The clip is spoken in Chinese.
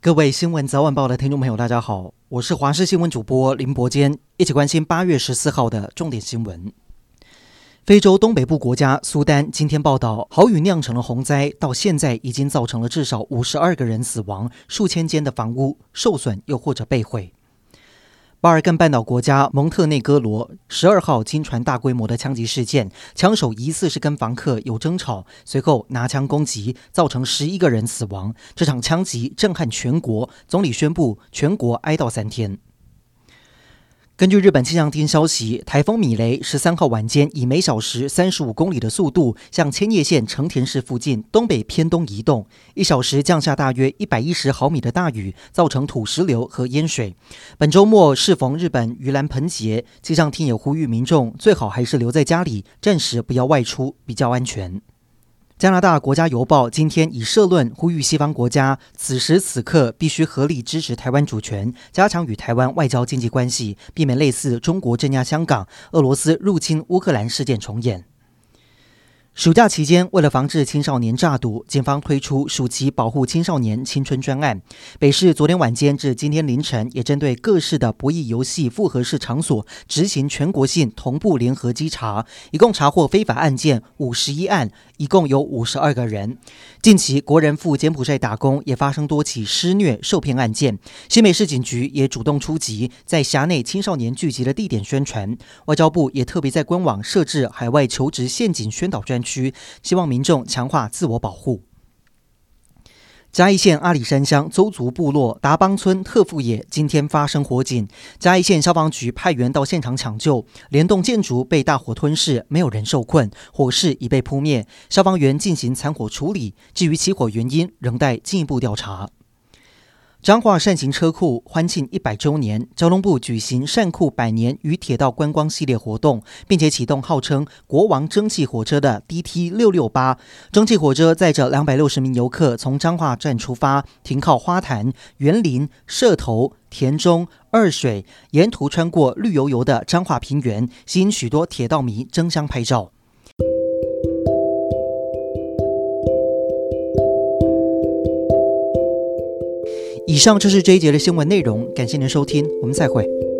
各位新闻早晚报的听众朋友大家好，我是华视新闻主播林伯坚，一起关心8月14号的重点新闻。非洲东北部国家苏丹今天报道，豪雨酿成了洪灾，到现在已经造成了至少52个人死亡，数千间的房屋受损又或者被毁。巴尔干半岛国家蒙特内哥罗12号经传大规模的枪击事件，枪手疑似是跟房客有争吵，随后拿枪攻击，造成11个人死亡。这场枪击震撼全国，总理宣布全国哀悼3天。根据日本气象厅消息，台风米雷13号晚间以每小时35公里的速度向千叶县成田市附近东北偏东移动，1小时降下大约110毫米的大雨，造成土石流和淹水。本周末适逢日本盂兰盆节，气象厅也呼吁民众最好还是留在家里，暂时不要外出，比较安全。加拿大国家邮报今天以社论呼吁西方国家此时此刻必须合力支持台湾主权，加强与台湾外交经济关系，避免类似中国镇压香港、俄罗斯入侵乌克兰事件重演。暑假期间，为了防治青少年诈赌，警方推出暑期保护青少年青春专案。北市昨天晚间至今天凌晨，也针对各式的博弈游戏复合式场所执行全国性同步联合稽查，一共查获非法案件51案，一共有52个人。近期，国人赴柬埔寨打工也发生多起施虐受骗案件，新北市警局也主动出击，在辖内青少年聚集的地点宣传。外交部也特别在官网设置海外求职陷阱宣导专区，希望民众强化自我保护。嘉义县阿里山乡邹族部落达邦村特富野今天发生火警，嘉义县消防局派员到现场抢救，连栋建筑被大火吞噬，没有人受困，火势已被扑灭，消防员进行残火处理，至于起火原因仍待进一步调查。彰化善行车库欢庆100周年，交通部举行善库100年与铁道观光系列活动，并且启动号称国王蒸汽火车的 DT668。蒸汽火车载着260名游客从彰化站出发，停靠花坛、园林、社头、田中、二水，沿途穿过绿油油的彰化平原，吸引许多铁道迷争相拍照。以上就是这一节的新闻内容，感谢您的收听，我们再会。